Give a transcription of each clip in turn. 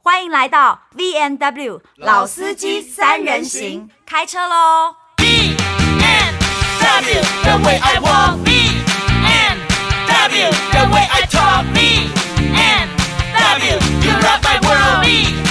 欢迎来到 V&W 老司机三人行，开车喽 V&W the way I walk, V&W the way I talk, V&W you rock my world,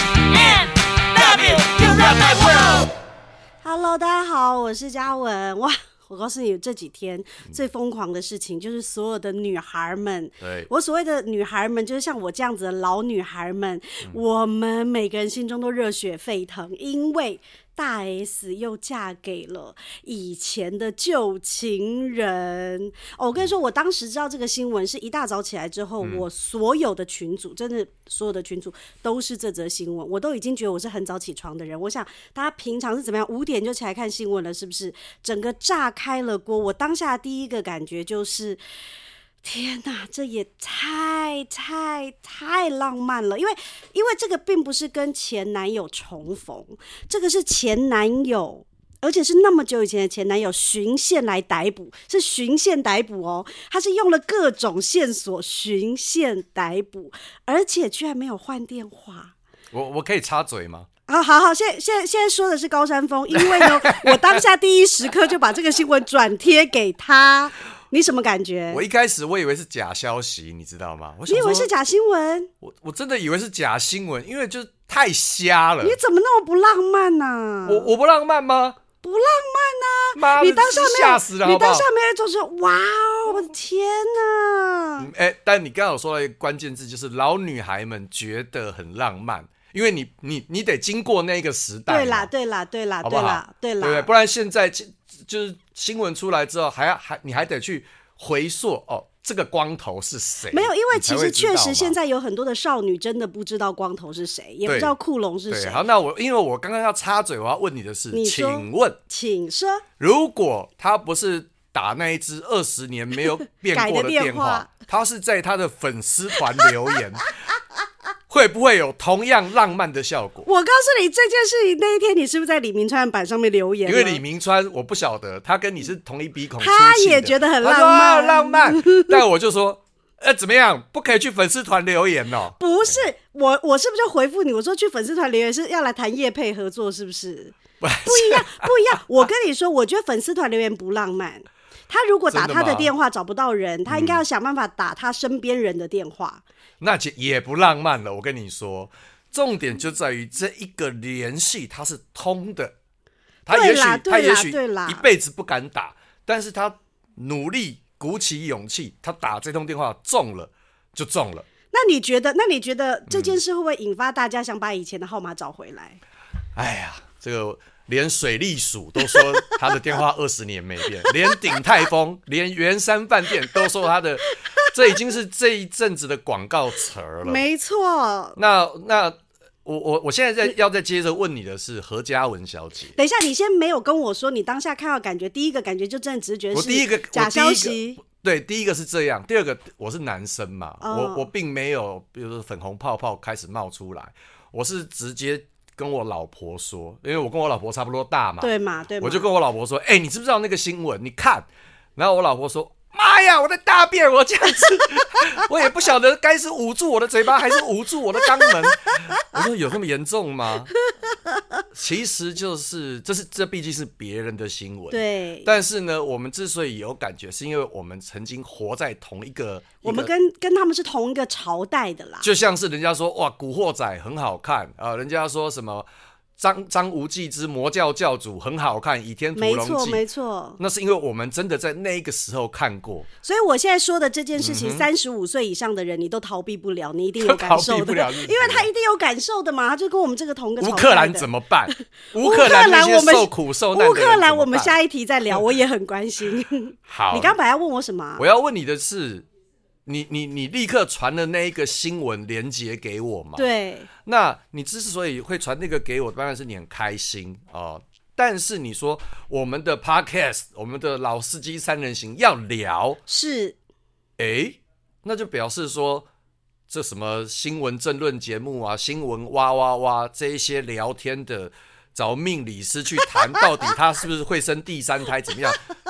V&W you rock my world。Hello， 大家好，我是嘉文。哇，我告诉你，这几天最疯狂的事情就是所有的女孩们，我所谓的女孩们就是像我这样子的老女孩们，我们每个人心中都热血沸腾，因为大 S 又嫁给了以前的旧情人。我跟你说，我当时知道这个新闻是一大早起来之后，我所有的群组，真的所有的群组都是这则新闻，我都已经觉得我是很早起床的人。我想大家平常是怎么样5点就起来看新闻了，是不是？整个炸开了锅。我当下第一个感觉就是天哪，这也太浪漫了！因为这个并不是跟前男友重逢，这个是前男友，而且是那么久以前的前男友循线来逮捕，是循线逮捕哦。他是用了各种线索循线逮捕，而且居然没有换电话。 我可以插嘴吗？ 好，现在说的是高山峰，因为呢，我当下第一时刻就把这个新闻转贴给他。你什么感觉？ 我一开始我以为是假消息，你知道吗？ 你以为是假新闻？ 我真的以为是假新闻，因为就是太瞎了。 你怎么那么不浪漫啊？ 我不浪漫吗？ 不浪漫啊！ 妈， 你当下没有吓死了，好不好？ 你当下没有就是哇哦，我的天哪！ 但你刚刚有说到一个关键字，就是老女孩们觉得很浪漫。因为你得经过那个时代嘛， 对啦， 好不好？对不对？不然现在就是新闻出来之后，你还得去回溯哦，这个光头是谁？ 没有，因为其实确实现在有很多的少女真的不知道光头是谁，也不知道库龙是谁。 好，那因为我刚刚要插嘴，我要问你的是， 请说， 如果他不是打那一支20年没有变过的电话，他是在他的粉丝团留言。会不会有同样浪漫的效果？ 我告诉你这件事情，那一天你是不是在李明川的版上面留言？ 因为李明川我不晓得，他跟你是同一鼻孔出气的， 他也觉得很浪漫， 很浪漫。但我就说，怎么样？不可以去粉丝团留言哦？ 不是，我是不是就回复你？我说去粉丝团留言是要来谈业配合作，是不是？不一样。我跟你说，我觉得粉丝团留言不浪漫。他如果打他的电话找不到人，他应该要想办法打他身边人的电话。 那也不浪漫了，我跟你说，重点就在于这一个联系它是通的，他也许一辈子不敢打，但是他努力鼓起勇气，他打这通电话中了就中了。 那你觉得这件事会不会引发大家想把以前的号码找回来？ 哎呀，这个连水利署都说他的电话20年没变，连鼎泰丰、连圆山饭店都说他的。这已经是这一阵子的广告词了， 没错。 那我现在要再接着问你的是何嘉文小姐。 等一下，你先没有跟我说你当下看到感觉，第一个感觉就真的只是觉得是假消息。 对，第一个是这样，第二个我是男生嘛，我并没有比如说粉红泡泡开始冒出来，我是直接跟我老婆说，因为我跟我老婆差不多大嘛， 对嘛， 我就跟我老婆说，你知不知道那个新闻？你看，然后我老婆说。妈呀！我在大便，我这样子，我也不晓得该是捂住我的嘴巴，还是捂住我的肛门。我说有那么严重吗？其实就是这毕竟是别人的新闻， 对。 但是呢，我们之所以有感觉，是因为我们曾经活在同一个， 我们跟他们是同一个朝代的啦。 就像是人家说哇，《古惑仔》很好看啊，人家说什么。张无忌之魔教教主很好看，《倚天屠龙记》 没错， 那是因为我们真的在那个时候看过， 所以我现在说的这件事情，35岁以上的人你都逃避不了，你一定有感受的，因为他一定有感受的嘛，他就跟我们这个同个朝代的。 乌克兰怎么办？乌克兰那些受苦受难的人怎么办？ 乌克兰我们下一题再聊，我也很关心。 好， 你刚本来要问我什么？ 我要问你的是。你立刻传了那一个新闻连结给我嘛？ 对。 那你之所以会传那个给我，当然是你很开心哦。但是你说我们的 podcast， 我们的老司机三人行要聊， 是， 那就表示说这什么新闻政论节目啊，新闻哇哇哇这一些聊天的。找命理师去谈，到底他是不是会生第3胎？怎么样？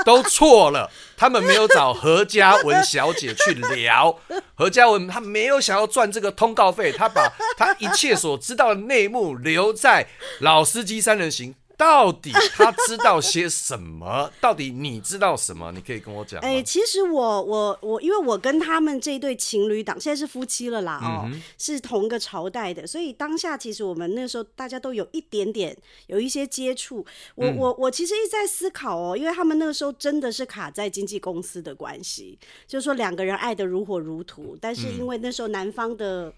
都错了，他们没有找何嘉文小姐去聊。何嘉文他没有想要赚这个通告费，他把他一切所知道的内幕留在老司机三人行。到底他知道些什么？到底你知道什么？你可以跟我讲吗？ 其实我因为我跟他们这一对情侣档现在是夫妻了啦，是同个朝代的，所以当下其实我们那时候大家都有一点点有一些接触。我其实一直在思考因为他们那个时候真的是卡在经纪公司的关系，就是说两个人爱得如火如荼，但是因为那时候男方的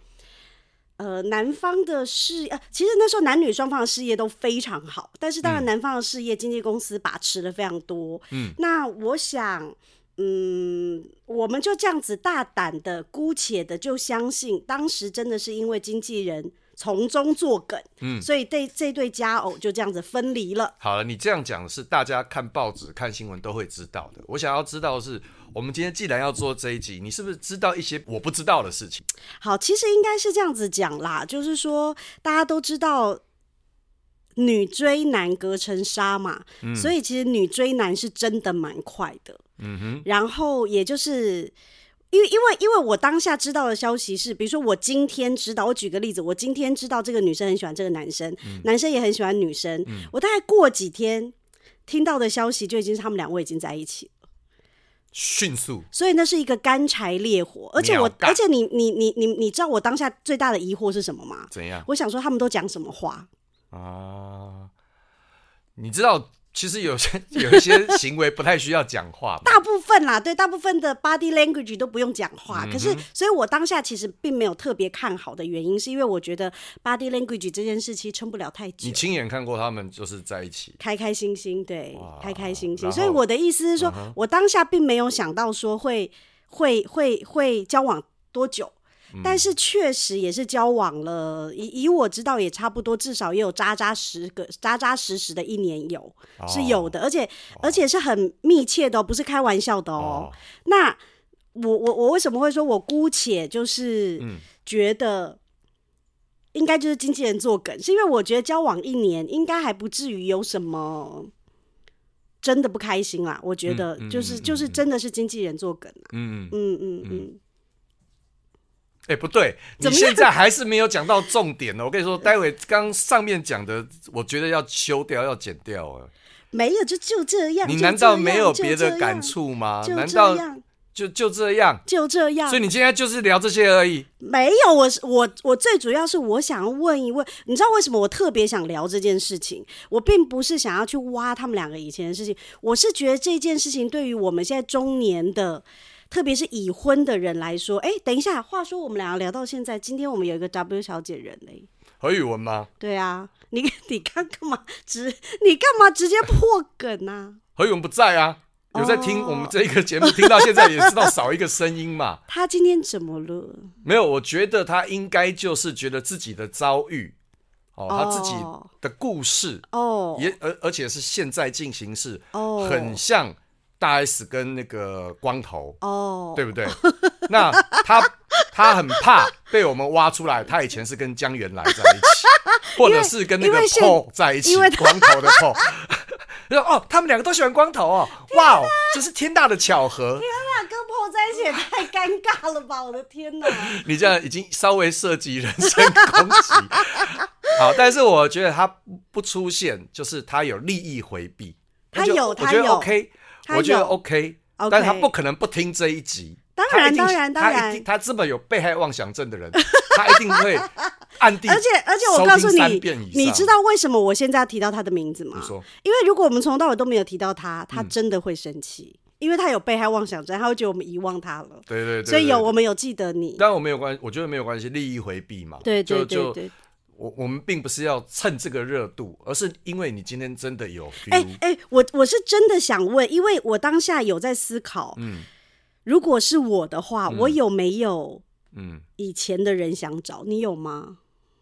事业，其实那时候男女双方的事业都非常好，但是当然男方的事业经纪公司把持的非常多。那我想，我们就这样子大胆的、姑且的就相信，当时真的是因为经纪人从中作梗，所以这对佳偶就这样子分离了。 好了，你这样讲是大家看报纸、看新闻都会知道的。我想要知道的是，我们今天既然要做这一集，你是不是知道一些我不知道的事情？ 好，其实应该是这样子讲啦，就是说大家都知道女追男隔层纱嘛，所以其实女追男是真的蛮快的。然后也就是因为我当下知道的消息是，比如说我今天知道，我举个例子，我今天知道这个女生很喜欢这个男生，男生也很喜欢女生，我大概过几天听到的消息就已经是他们两位已经在一起了。 迅速， 所以那是一个干柴烈火，而且你知道我当下最大的疑惑是什么吗？ 怎样？ 我想说他们都讲什么话啊？你知道，其实有一些行为不太需要讲话嘛。 大部分啦，对，大部分的 body language 都不用讲话。可是，所以我当下其实并没有特别看好的原因，是因为我觉得 body language 这件事其实撑不了太久。 你亲眼看过他们就是在一起， 开开心心，对，开开心心。所以我的意思是说，我当下并没有想到说会交往多久。但是确实也是交往了，以我知道也差不多，至少也有扎扎实实的1年有，是有的，而且是很密切的不是开玩笑的那我为什么会说我姑且就是觉得应该就是经纪人做梗，是因为我觉得交往1年应该还不至于有什么真的不开心啦，我觉得就是真的是经纪人做梗不对，你现在还是没有讲到重点呢。我跟你说，待会刚上面讲的，我觉得要修掉，要剪掉啊。 没有，就这样。 你难道没有别的感触吗？难道就这样？ 就这样。 所以你今天就是聊这些而已？ 没有，我最主要是我想要问一问，你知道为什么我特别想聊这件事情？我并不是想要去挖他们两个以前的事情，我是觉得这件事情对于我们现在中年的。特别是已婚的人来说，等一下，话说我们两个聊到现在，今天我们有一个 W 小姐人嘞， 何宇文吗？ 对啊，你干嘛直接破梗啊？ 何宇文不在啊，有在听我们这个节目，听到现在也知道少一个声音嘛。 他今天怎么了？ 没有，我觉得他应该就是觉得自己的遭遇，他自己的故事，而且是现在进行式，很像。大 S 跟那个光头对不对？那他很怕被我们挖出来，他以前是跟江原来在一起，或者是跟那个 Paul 在一起，光头的 Paul 他们两个都喜欢光头哇这是天大的巧合！ 天哪，跟 Paul 在一起也太尴尬了吧！我的天哪， 你这样已经稍微涉及人身攻击。好，但是我觉得他不出现，就是他有利益回避。 他有， 我觉得 OK。我觉得 OK， 但他不可能不听这一集。 当然， 他这么有被害妄想症的人，他一定会暗地。 而且我告诉你，你知道为什么我现在要提到他的名字吗？ 你说， 因为如果我们从头到尾都没有提到他，他真的会生气，因为他有被害妄想症，他会觉得我们遗忘他了。 对， 所以我们有记得你。 当然我没有关系，我觉得没有关系，利益回避嘛。 对。 我们并不是要蹭这个热度，而是因为你今天真的有 feel。 我是真的想问，因为我当下有在思考，如果是我的话，我有没有以前的人想找你有吗？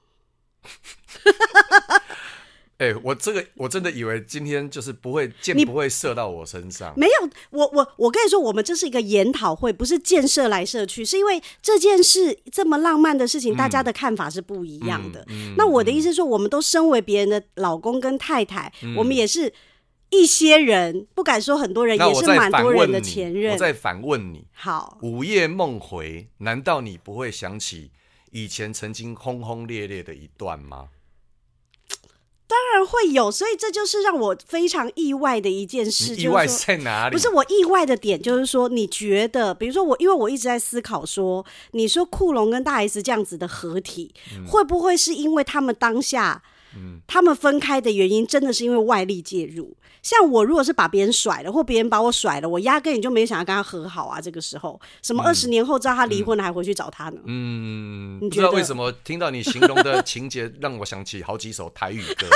我真的以为今天就是不会射到我身上。 没有，我跟你说，我们这是一个研讨会，不是箭射来射去，是因为这件事这么浪漫的事情，大家的看法是不一样的。那我的意思是说，我们都身为别人的老公跟太太，我们也是一些人，不敢说很多人，也是蛮多人的前任。 我再反问你， 好， 午夜梦回，难道你不会想起以前曾经轰轰烈烈的一段吗？ 当然会有，所以这就是让我非常意外的一件事。 意外在哪里？ 不是我意外的点，就是说，你觉得，比如说因为我一直在思考说，你说酷龙跟大 S 这样子的合体，会不会是因为他们当下，他们分开的原因，真的是因为外力介入？像我如果是把别人甩了，或别人把我甩了，我压根也就没想要跟他和好啊。这个时候，什么20年后知道他离婚了，还回去找他呢？你觉得不知道为什么听到你形容的情节，让我想起好几首台语歌。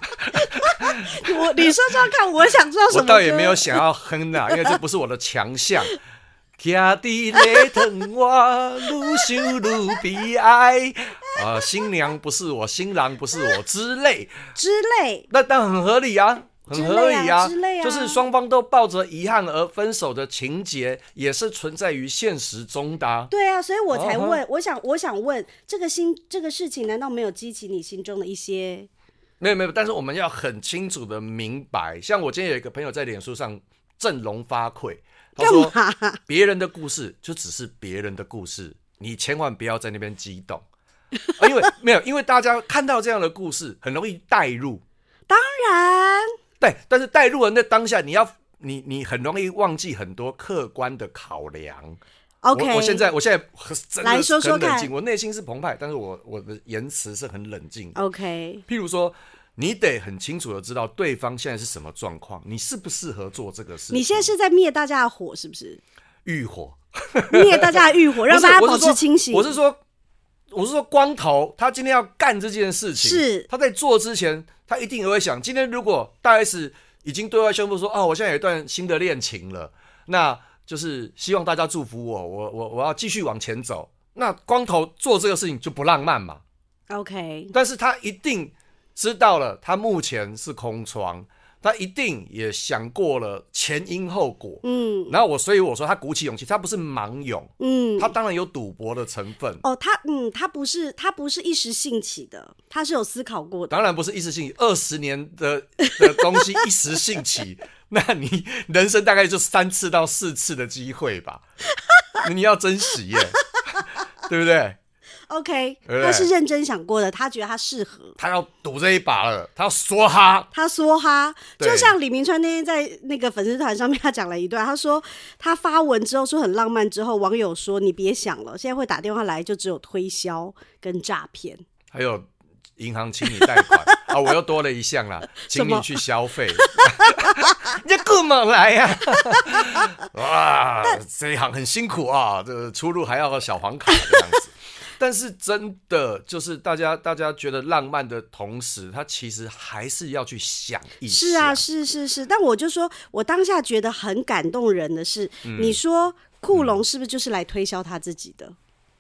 你说说看，我想知道什么歌？ 我倒也没有想要哼啊，因为这不是我的强项。徛在礼堂我愈想愈悲哀，新娘不是我，新郎不是我之类，那很合理啊。很合理啊，就是双方都抱着遗憾而分手的情节，也是存在于现实中的啊。 对啊，所以我才问，我想问，这个事情难道没有激起你心中的一些？ 没有，但是我们要很清楚的明白，像我今天有一个朋友在脸书上振聋发聩，他说别人的故事就只是别人的故事，你千万不要在那边激动，因为大家看到这样的故事很容易带入， 当然。 对，但是带入人的当下，你很容易忘记很多客观的考量。 OK， 我现在真的来说说很冷静， 看， 我内心是澎湃，但是我的言辞是很冷静的。 OK， 譬如说，你得很清楚的知道对方现在是什么状况，你适不适合做这个事情。 你现在是在灭大家的火，是不是？ 欲火， 灭大家的欲火，让大家保持清醒。 我是说，光头他今天要干这件事情， 是他在做之前，他一定也会想，今天如果大 S 已经对外宣布说，我现在有一段新的恋情了，那就是希望大家祝福我要继续往前走。那光头做这个事情就不浪漫嘛 ？OK， 但是他一定知道了，他目前是空窗。他一定也想过了前因后果，然后所以我说他鼓起勇气，他不是盲勇，他当然有赌博的成分。 他不是一时兴起的，他是有思考过的。 当然不是一时兴起，20年的东西一时兴起，那你人生大概就3次到4次的机会吧，你要珍惜耶，对不对 ？OK， 对， 他是认真想过的，他觉得他适合， 他要赌这一把了，他要梭哈， 就像李明川那天在那个粉丝团上面，他讲了一段，他说他发文之后说很浪漫，之后网友说你别想了，现在会打电话来就只有推销跟诈骗， 还有银行请你贷款我又多了一项啦，请你去消费，你干嘛来呀？哇，这一行很辛苦啊，这个出入还要个小黄卡这样子。但是真的就是大家觉得浪漫的同时，他其实还是要去想一想。 是啊，是，但我就说我当下觉得很感动人的是，你说酷龙是不是就是来推销他自己的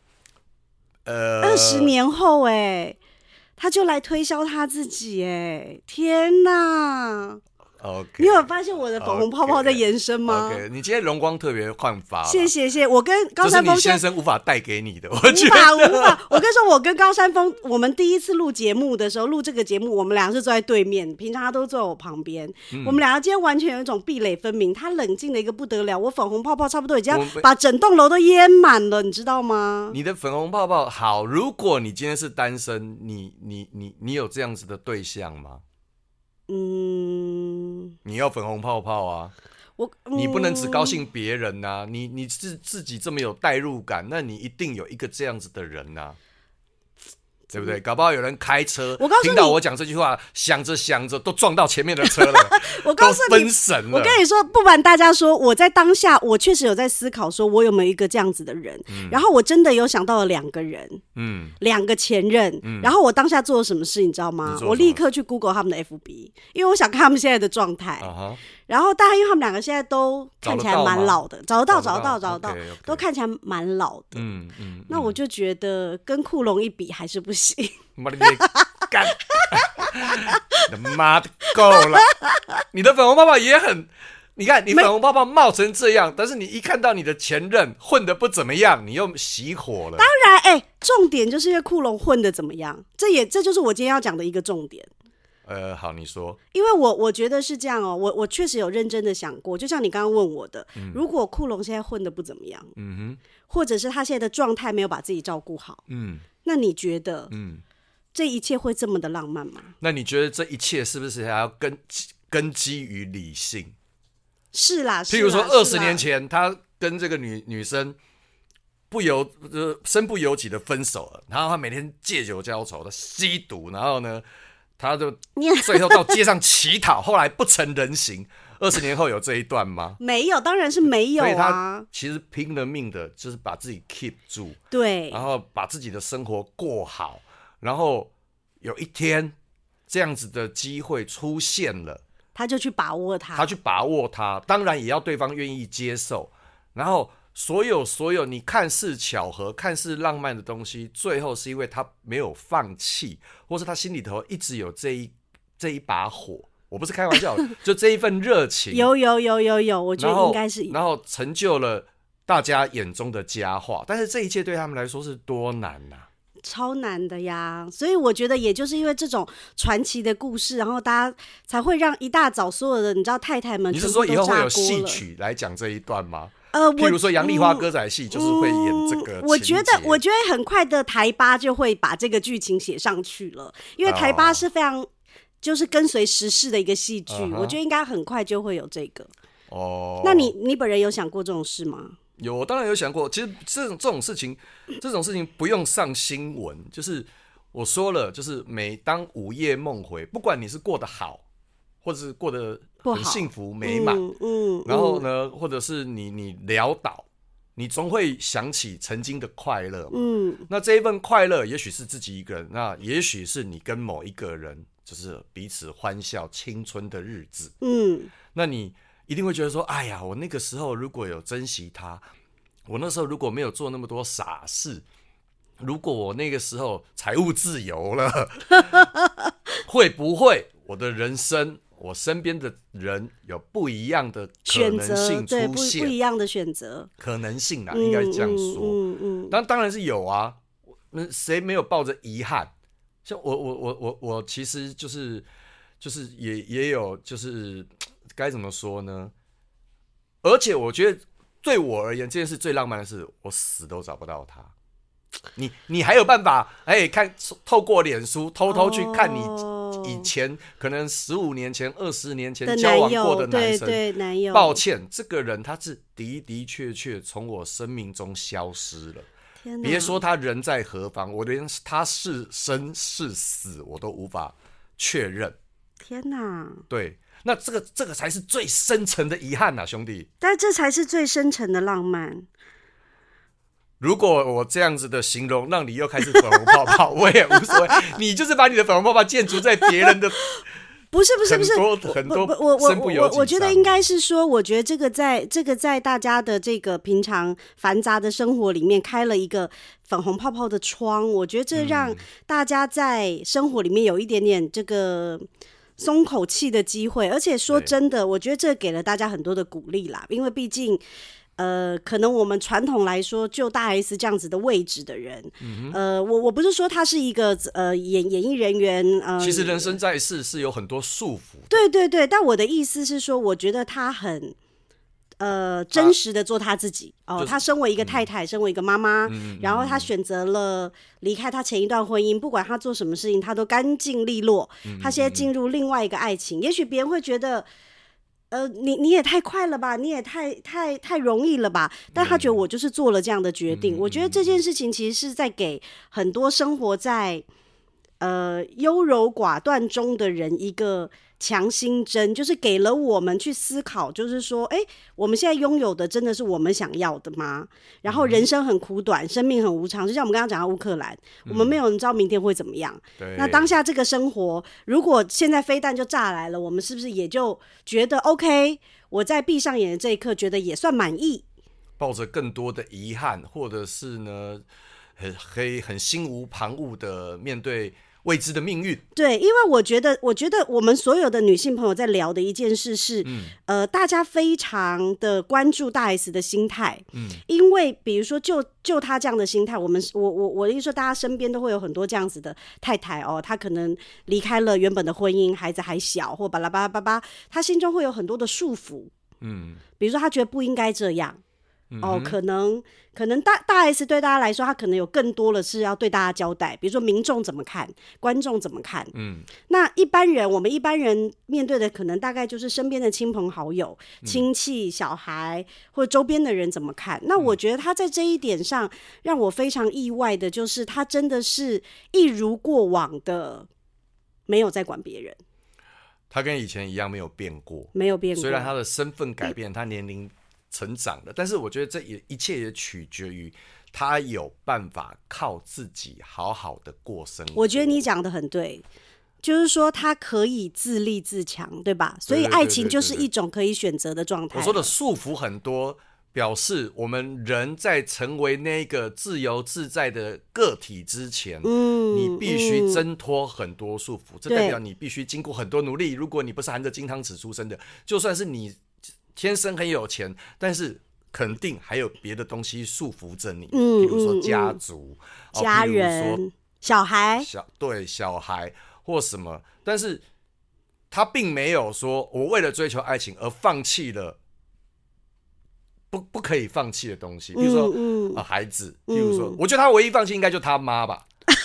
？20年后他就来推销他自己天哪！ Okay, 你有发现我的粉红泡泡在延伸吗？ OK， 你今天容光特别焕发， 谢谢。我跟高山峰， 这是你先生无法带给你的，我觉得无法。我跟你说，我跟高山峰，我们第一次录节目的时候，录这个节目，我们俩是坐在对面，平常他都坐在我旁边，我们俩今天完全有一种壁垒分明。他冷静的一个不得了，我粉红泡泡差不多已经把整栋楼都淹满了，你知道吗？ 你的粉红泡泡好，如果你今天是单身，你有这样子的对象吗？你要粉红泡泡啊！你不能只高兴别人啊！你自己这么有代入感，那你一定有一个这样子的人啊，对不对？搞不好有人开车，听到我讲这句话，想着都撞到前面的车了， 我告诉你， 都分神了。 我跟你说，不瞒大家说，我在当下，我确实有在思考，说我有没有一个这样子的人，然后我真的有想到了2个人，2个前任，然后我当下做了什么事，你知道吗？我立刻去 Google 他们的 FB， 因为我想看他们现在的状态。然后，当然，因为他们2个现在都看起来蛮老的，找得到， okay. 都看起来蛮老的。那我就觉得跟酷龙一比还是不行。 妈的干！妈的够了！你的粉红泡泡也很，你看你粉红泡泡冒成这样，但是你一看到你的前任混得不怎么样，你又熄火了。 当然，重点就是因为酷龙混得怎么样，这就是我今天要讲的一个重点。 好，你说。 因为我觉得是这样哦，我确实有认真的想过，就像你刚刚问我的，如果库龙现在混得不怎么样，或者是他现在的状态没有把自己照顾好，那你觉得，这一切会这么的浪漫吗？ 那你觉得这一切是不是还要根基于理性？ 是啦， 譬如说20年前，他跟这个女生身不由己的分手了，然后他每天借酒浇愁，他吸毒，然后呢，他就最后到街上乞讨，后来不成人形。20年后有这一段吗？ 没有，当然是没有啊。 所以他其实拼了命的，就是把自己 keep 住， 对， 然后把自己的生活过好，然后有一天这样子的机会出现了， 他就去把握它， 当然也要对方愿意接受，然后所有你看似巧合、看似浪漫的东西，最后是因为他没有放弃，或是他心里头一直有这一把火。我不是开玩笑，就这一份热情，有， 我觉得应该是， 然后成就了大家眼中的佳话。但是这一切对他们来说是多难啊！ 超难的呀，所以我觉得也就是因为这种传奇的故事，然后大家才会让一大早所有的你知道太太们， 你是说以后会有戏曲来讲这一段吗？譬如说杨丽花歌仔戏就是会演这个情节。 我觉得很快的台八就会把这个剧情写上去了，因为台八是非常就是跟随时事的一个戏剧，我觉得应该很快就会有这个。那你本人有想过这种事吗？ 有，我当然有想过。其实这种事情不用上新闻，就是我说了，就是每当午夜梦回，不管你是过得好，或者是过得很幸福美满，然后呢，或者是你潦倒，你总会想起曾经的快乐嘛。那这一份快乐，也许是自己一个人，那也许是你跟某一个人，就是彼此欢笑青春的日子。那你一定会觉得说，哎呀，我那个时候如果有珍惜他，我那时候如果没有做那么多傻事，如果我那个时候财务自由了，会不会我的人生，我身边的人有不一样的可能性出现？ 对，不一样的选择可能性啦，应该这样说。当然是有啊，谁没有抱着遗憾？像我其实就是也有，就是该怎么说呢？而且我觉得对我而言，这件事最浪漫的是，我死都找不到他。你还有办法看透过脸书偷偷去看你以前可能15年前、20年前交往过的男生， 对男友。 抱歉，这个人他是的确从我生命中消失了。别说他人在何方，我连他是生是死我都无法确认。 天哪！ 对，那这个才是最深沉的遗憾啊，兄弟。 但这才是最深沉的浪漫。 如果我这样子的形容让你又开始粉红泡泡，我也无所谓。你就是把你的粉红泡泡建筑在别人的。 不是， 很多身不由己。 我觉得应该是说，我觉得这个在大家的这个平常繁杂的生活里面开了一个粉红泡泡的窗，我觉得这让大家在生活里面有一点点这个松口气的机会。而且说真的，我觉得这给了大家很多的鼓励啦，因为毕竟。可能我们传统来说，就大 S 这样子的位置的人，我不是说他是一个演艺人员， 其实人生在世是有很多束缚。 对，但我的意思是说，我觉得他很真实的做他自己他身为一个太太，身为一个妈妈，然后他选择了离开他前一段婚姻，不管他做什么事情，他都干净利落。他现在进入另外一个爱情，也许别人会觉得。你也太快了吧，你也太容易了吧？但他觉得我就是做了这样的决定。我觉得这件事情其实是在给很多生活在优柔寡断中的人一个强心针，就是给了我们去思考，就是说，我们现在拥有的真的是我们想要的吗？然后人生很苦短，生命很无常，就像我们刚刚讲到乌克兰，我们没有人知道明天会怎么样。那当下这个生活，如果现在飞弹就炸来了，我们是不是也就觉得 OK？ 我在闭上眼的这一刻，觉得也算满意。 抱着更多的遗憾，或者是呢，很心无旁骛的面对未知的命运。 对，因为我觉得我们所有的女性朋友在聊的一件事是，大家非常的关注大 S 的心态，因为比如说就她这样的心态，我的意思说，大家身边都会有很多这样子的太太哦，她可能离开了原本的婚姻，孩子还小，或巴拉巴拉巴拉，她心中会有很多的束缚，比如说她觉得不应该这样。可能大 S 对大家来说，他可能有更多的是要对大家交代，比如说民众怎么看，观众怎么看。那我们一般人面对的可能大概就是身边的亲朋好友、亲戚、小孩或者周边的人怎么看。那我觉得他在这一点上让我非常意外的，就是他真的是一如过往的没有在管别人， 他跟以前一样没有变过，虽然他的身份改变，他年龄成长了，但是我觉得这一切也取决于他有办法靠自己好好的过生活。 我觉得你讲的很对，就是说他可以自立自强，对吧？所以爱情就是一种可以选择的状态。 我说的束缚很多，表示我们人在成为那个自由自在的个体之前，你必须挣脱很多束缚，这代表你必须经过很多努力。如果你不是含着金汤匙出生的，就算是你天生很有钱，但是肯定还有别的东西束缚着你，比如说家族、 家人、小孩， 对，小孩或什么。但是他并没有说我为了追求爱情而放弃了不可以放弃的东西，比如说孩子，比如说，我觉得他唯一放弃应该就他妈吧。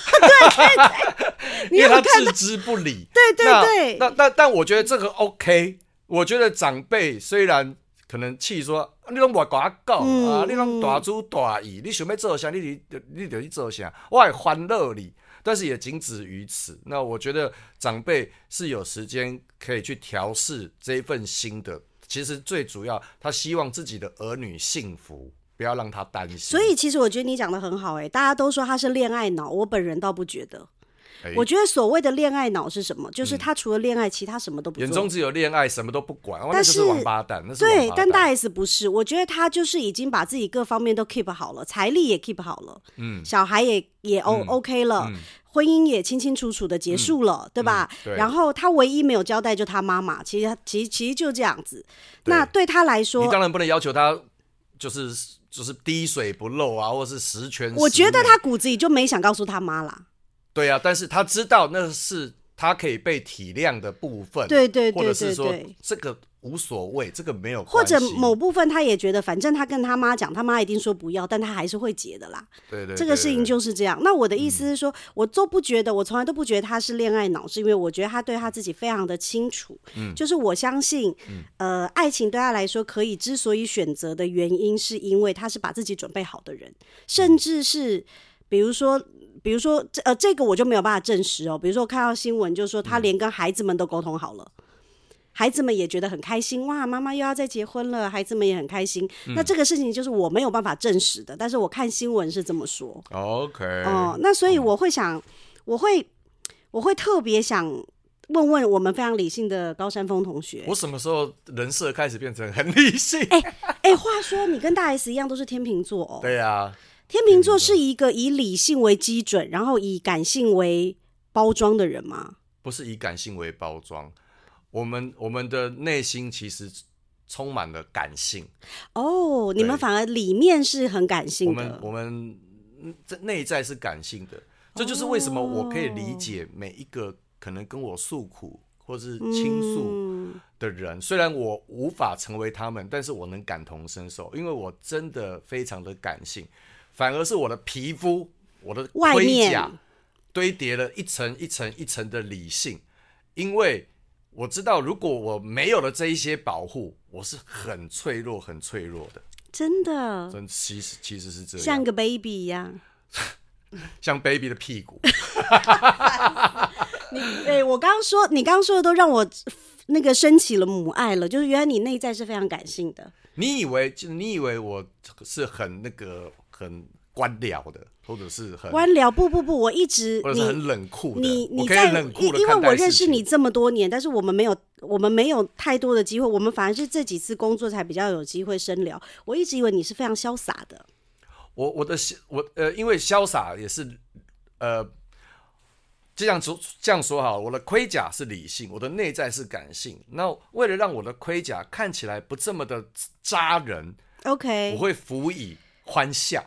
对，因为他置之不理。 对， 但我觉得这个 OK。我觉得长辈虽然可能气说你都不跟我讲啊，你都大主大义，你想要做啥你就去做啥，我会欢乐你，但是也仅止于此。那我觉得长辈是有时间可以去调试这一份心的，其实最主要他希望自己的儿女幸福，不要让他担心。 所以其实我觉得你讲的很好，大家都说他是恋爱脑，我本人倒不觉得。我觉得所谓的恋爱脑是什么？就是他除了恋爱，其他什么都不做， 眼中只有恋爱，什么都不管。那就是王八蛋，那是王八蛋。 对，但大 S 不是，我觉得他就是已经把自己各方面都 keep 好了，财力也 keep 好了，小孩也 OK 了，婚姻也清清楚楚的结束了，对吧？然后他唯一没有交代就他妈妈，其实就这样子。那对他来说， 你当然不能要求他就是滴水不漏啊，或是十全十美。 我觉得他骨子里就没想告诉他妈啦。 对啊，但是他知道那是他可以被体谅的部分， 对， 或者是说这个无所谓，这个没有关系， 或者某部分他也觉得反正他跟他妈讲，他妈一定说不要，但他还是会结的啦。 对， 这个事情就是这样。那我的意思是说，我从来都不觉得他是恋爱脑，是因为我觉得他对他自己非常的清楚，就是我相信爱情对他来说可以之所以选择的原因，是因为他是把自己准备好的人，甚至是比如说这个我就没有办法证实哦。比如说我看到新闻，就说他连跟孩子们都沟通好了，孩子们也觉得很开心，哇，妈妈又要再结婚了，孩子们也很开心。那这个事情就是我没有办法证实的，但是我看新闻是这么说。 OK， 那所以我会想，我会特别想问问我们非常理性的高山峰同学， 我什么时候人设开始变成很理性？ 话说你跟大 S 一样都是天秤座哦。 对啊。 天秤座是一个以理性为基准，然后以感性为包装的人吗？ 不是以感性为包装，我们的内心其实充满了感性。 你们反而里面是很感性的。 我们内在是感性的，这就是为什么我可以理解每一个可能跟我诉苦或是倾诉的人，虽然我无法成为他们，但是我能感同身受，因为我真的非常的感性。反而是我的皮肤，我的盔甲堆叠了一层一层一层的理性，因为我知道如果我没有了这一些保护，我是很脆弱很脆弱的。 真的其实是这样， 像个 baby 一样像 baby 的屁股我刚刚说你刚刚说的都让我那个升起了母爱了，就是原来你内在是非常感性的。 你以为我是很很官僚的，或者是很官僚？不，我一直或者是很冷酷的。 你可以冷酷的看待事情， 因为我认识你这么多年，但是我们没有太多的机会，我们反而是这几次工作才比较有机会深聊。我一直以为你是非常潇洒的。因为潇洒也是这样说好，我的盔甲是理性，我的内在是感性。那为了让我的盔甲看起来不这么的扎人 ，OK， 我会辅以欢笑。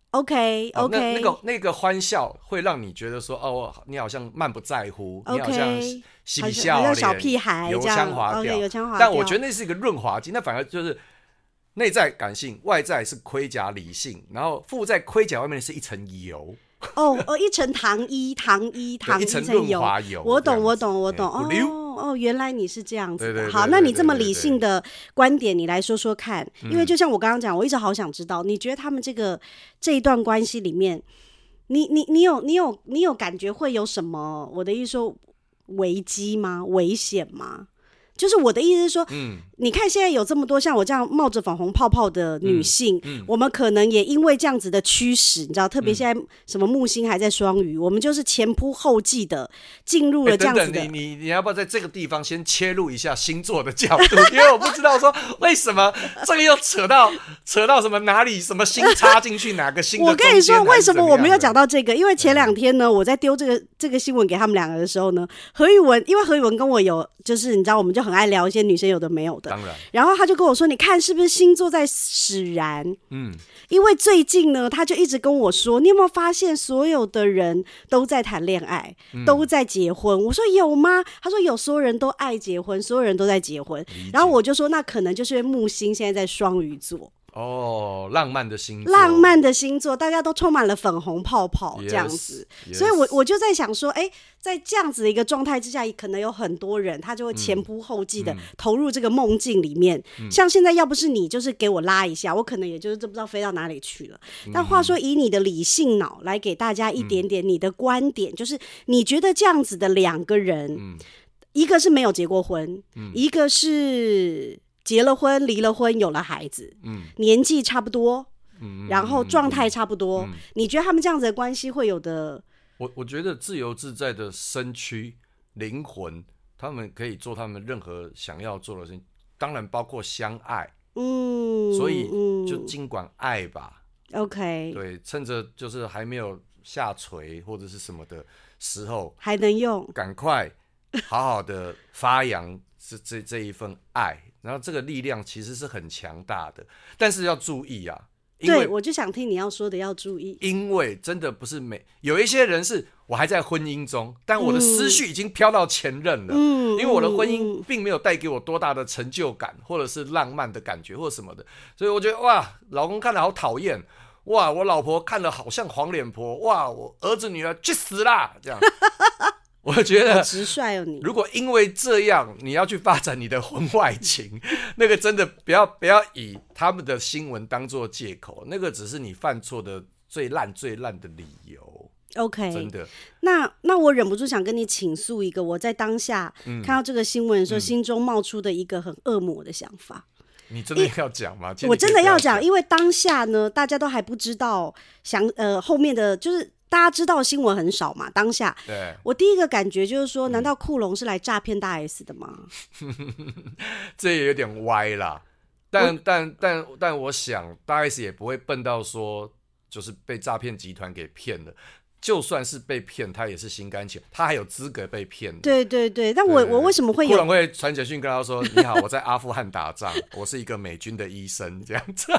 OK， 那个欢笑会让你觉得说，哦，你好像漫不在乎， OK， 你好像嬉皮笑脸， 好像小屁孩油腔滑调。 油腔滑调， 但我觉得那是一个润滑剂，那反而就是内在感性，外在是盔甲理性，然后附在盔甲外面是一层油。 一层糖衣， 一层润滑油。 我懂。原来你是这样子的。好，那你这么理性的观点，你来说说看。因为就像我刚刚讲，我一直好想知道，你觉得他们这一段关系里面，你有感觉会有什么？我的意思说危机吗？危险吗？就是我的意思是说，你看现在有这么多像我这样冒着粉红泡泡的女性，我们可能也因为这样子的驱使，你知道，特别现在什么木星还在双鱼，我们就是前仆后继的进入了这样子的。 等等，你要不要在这个地方先切入一下星座的角度？因为我不知道说为什么这个又扯到什么哪里什么星插进去哪个星的中间。 我跟你说，为什么我们要讲到这个？因为前2天呢，我在丢这个新闻给他们2个的时候呢，何宇文跟我有就是你知道，我们就很爱聊一些女生有的没有的， 当然， 然后他就跟我说，你看是不是星座在使然？因为最近呢，他就一直跟我说，你有没有发现所有的人都在谈恋爱，都在结婚？我说有吗？他说有，所有人都爱结婚，所有人都在结婚。然后我就说，那可能就是因为木星现在在双鱼座。 浪漫的星座， 大家都充满了粉红泡泡这样子，所以我就在想说，在这样子的一个状态之下，可能有很多人他就会前仆后继的投入这个梦境里面。像现在要不是你就是给我拉一下，我可能也就是不知道飞到哪里去了。但话说，以你的理性脑来给大家一点点你的观点，就是你觉得这样子的2个人，一个是没有结过婚，一个是结了婚离了婚有了孩子，年纪差不多，然后状态差不多，你觉得他们这样子的关系会有的？ 我觉得自由自在的身躯灵魂，他们可以做他们任何想要做的事情，当然包括相爱，所以就尽管爱吧。 OK， 对，趁着就是还没有下垂或者是什么的时候， 还能用， 赶快好好的发扬这一份爱。然后这个力量其实是很强大的，但是要注意啊， 对，我就想听你要说的，要注意， 因为真的不是有一些人是我还在婚姻中，但我的思绪已经飘到前任了，因为我的婚姻并没有带给我多大的成就感，或者是浪漫的感觉或什么的，所以我觉得哇，老公看得好讨厌，哇，我老婆看得好像黄脸婆，哇，我儿子女儿去死啦，这样。我觉得， 好直率哦你！ 如果因为这样你要去发展你的婚外情，那个真的不要以他们的新闻当作借口，那个只是你犯错的最烂的理由。 OK， 真的。 那我忍不住想跟你倾诉一个我在当下看到这个新闻的时候，心中冒出的一个很恶魔的想法。 你真的要讲吗？ 我真的要讲，因为当下呢，大家都还不知道后面的就是。大家知道新闻很少嘛？当下， 对， 我第一个感觉就是说，难道库龙是来诈骗大 S 的吗？ 这也有点歪啦。但我想大 S 也不会笨到说就是被诈骗集团给骗了。就算是被骗，他也是心甘情愿，他还有资格被骗的。 对对对，但我为什么会有？ 库龙会传简讯跟他说：“你好，我在阿富汗打仗，我是一个美军的医生，这样子。”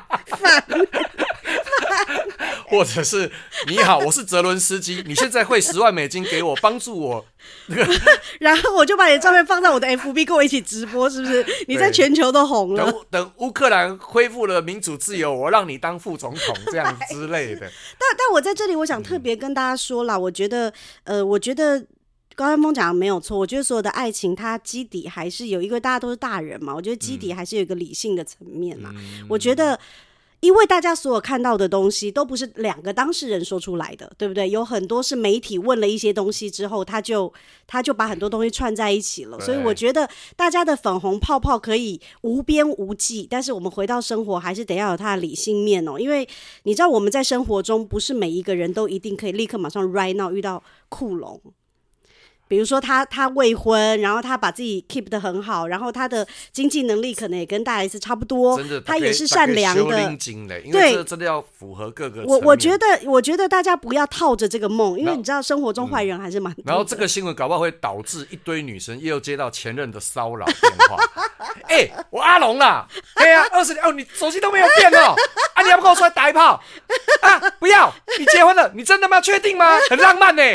或者是你好，我是泽伦斯基，你现在汇$10万给我，帮助我。 然后我就把你的照片放在我的 FB， 跟我一起直播，是不是？你在全球都红了。 等乌克兰恢复了民主自由，我让你当副总统，这样之类的。 但我在这里，我想特别跟大家说啦，我觉得高山峰讲的没有错，我觉得所有的爱情它基底还是有一个，大家都是大人嘛，我觉得基底还是有一个理性的层面啦。我觉得因为大家所有看到的东西都不是2个当事人说出来的，对不对？有很多是媒体问了一些东西之后，他就把很多东西串在一起了。所以我觉得大家的粉红泡泡可以无边无际，但是我们回到生活还是得要有它的理性面哦。因为你知道我们在生活中不是每一个人都一定可以立刻马上 right now 遇到库龙。 比如说他未婚，然后他把自己 keep 得很好，然后他的经济能力可能也跟大 S 差不多， 真的他也是善良的， 因为这真的要符合各个层面。 我觉得大家不要套着这个梦，因为你知道生活中坏人还是蛮多的。 然后这个新闻搞不好会导致一堆女生又接到前任的骚扰电话。我阿龙啦，20年你手机都没有变哦，你要不跟我出来打一炮啊？不要，你结婚了，你真的吗？确定吗？很浪漫呢。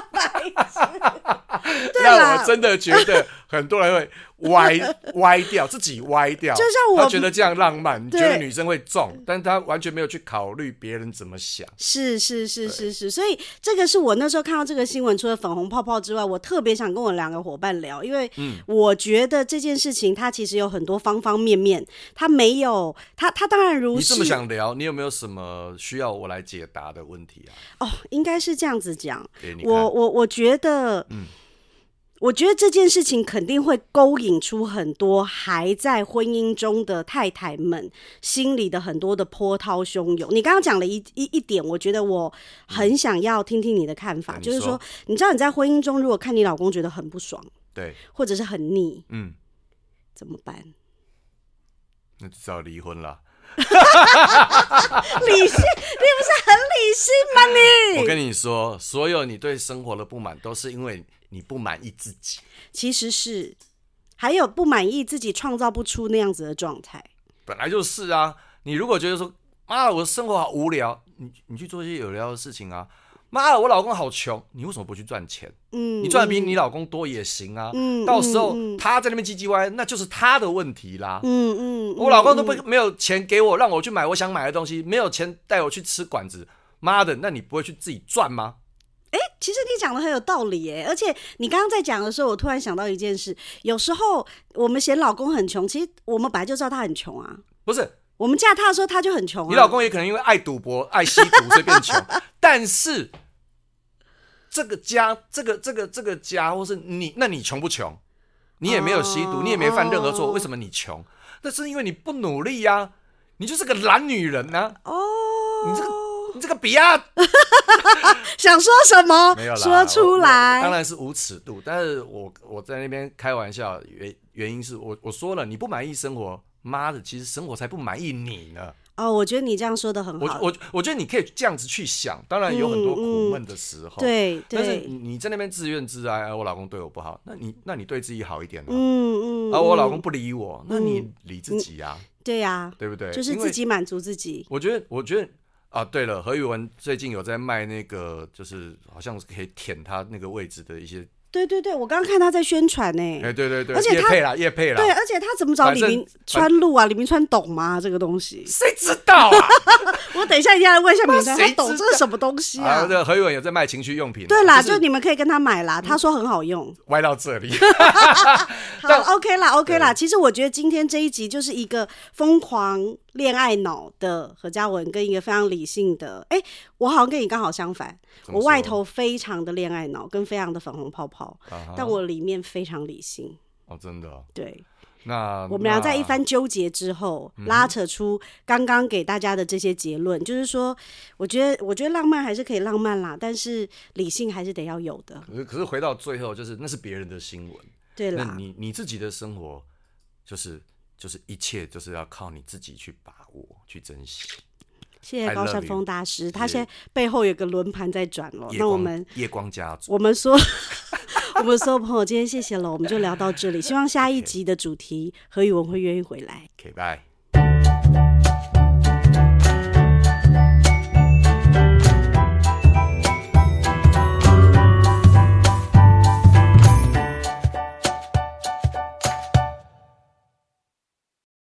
让我真的觉得很多人会歪掉，自己歪掉，就像他觉得这样浪漫，你觉得女生会中，但他完全没有去考虑别人怎么想。 是，所以这个是我那时候看到这个新闻，除了粉红泡泡之外，我特别想跟我2个伙伴聊，因为我觉得这件事情它其实有很多方方面面，它没有它当然如是。 你这么想聊，你有没有什么需要我来解答的问题啊？ 应该是这样子讲，我觉得我觉得这件事情肯定会勾引出很多还在婚姻中的太太们心里的很多的波涛汹涌。你刚刚讲了一点，我觉得我很想要听听你的看法，就是说，你知道你在婚姻中如果看你老公觉得很不爽，对，或者是很腻，怎么办？ 那就只好离婚了。 理性，你不是很理性吗？你， 我跟你说，所有你对生活的不满都是因为你不满意自己， 其实是还有不满意自己创造不出那样子的状态， 本来就是啊。你如果觉得说，妈，我的生活好无聊，你去做一些有聊的事情啊。妈，我老公好穷，你为什么不去赚钱？你赚的比你老公多也行啊。到时候他在那边唧唧歪，那就是他的问题啦。我老公都没有钱给我，让我去买我想买的东西，没有钱带我去吃馆子，妈的，那你不会去自己赚吗？ 其实你讲的很有道理耶，而且你刚刚在讲的时候，我突然想到一件事，有时候我们嫌老公很穷，其实我们本来就知道他很穷啊。不是，我们嫁他的时候他就很穷啊。 你老公也可能因为爱赌博、爱吸毒所以变穷，但是这个家，这个家，或是你，那你穷不穷？你也没有吸毒，你也没犯任何错，为什么你穷？那是因为你不努力啊，你就是个懒女人啊。你这个比亚想说什么？ 没有啦， 说出来。 当然是无尺度，但是我在那边开玩笑，原因是我说了，你不满意生活，妈的，其实生活才不满意你呢。 我觉得你这样说的很好。 我觉得你可以这样子去想，当然有很多苦闷的时候， 对， 但是你在那边自怨自哀，我老公对我不好，那你对自己好一点啊。我老公不理我，那你理自己啊。 对啊， 对不对？ 就是自己满足自己。 我觉得啊，对了，何宇文最近有在卖那个，就是好像可以舔他那个位置的一些。对，我刚刚看他在宣传呢。对， 而且他业配啦。 对，而且他怎么找李明川录啊？李明川懂吗？这个东西谁知道啊？ 我等一下一定要问一下明川，他懂这是什么东西啊？ 何宇文有在卖情趣用品。 对啦，就你们可以跟他买啦，他说很好用。 歪到这里。 好 ，OK 啦。其实我觉得今天这一集就是一个疯狂恋爱脑的何嘉文跟一个非常理性的，我好像跟你刚好相反，我外头非常的恋爱脑跟非常的粉红泡泡，但我里面非常理性。 真的。对。 那我们俩在一番纠结之后，拉扯出刚刚给大家的这些结论，就是说，我觉得浪漫还是可以浪漫啦，但是理性还是得要有的。 可是回到最后，就是那是别人的新闻， 对啦， 那你自己的生活，就是一切就是要靠你自己去把握，去珍惜。 谢谢高山峰大师，他现在背后有个轮盘在转了。那我们夜光家族， 我们所有朋友今天谢谢了，我们就聊到这里。希望下一集的主题何宇文会愿意回来。 拜。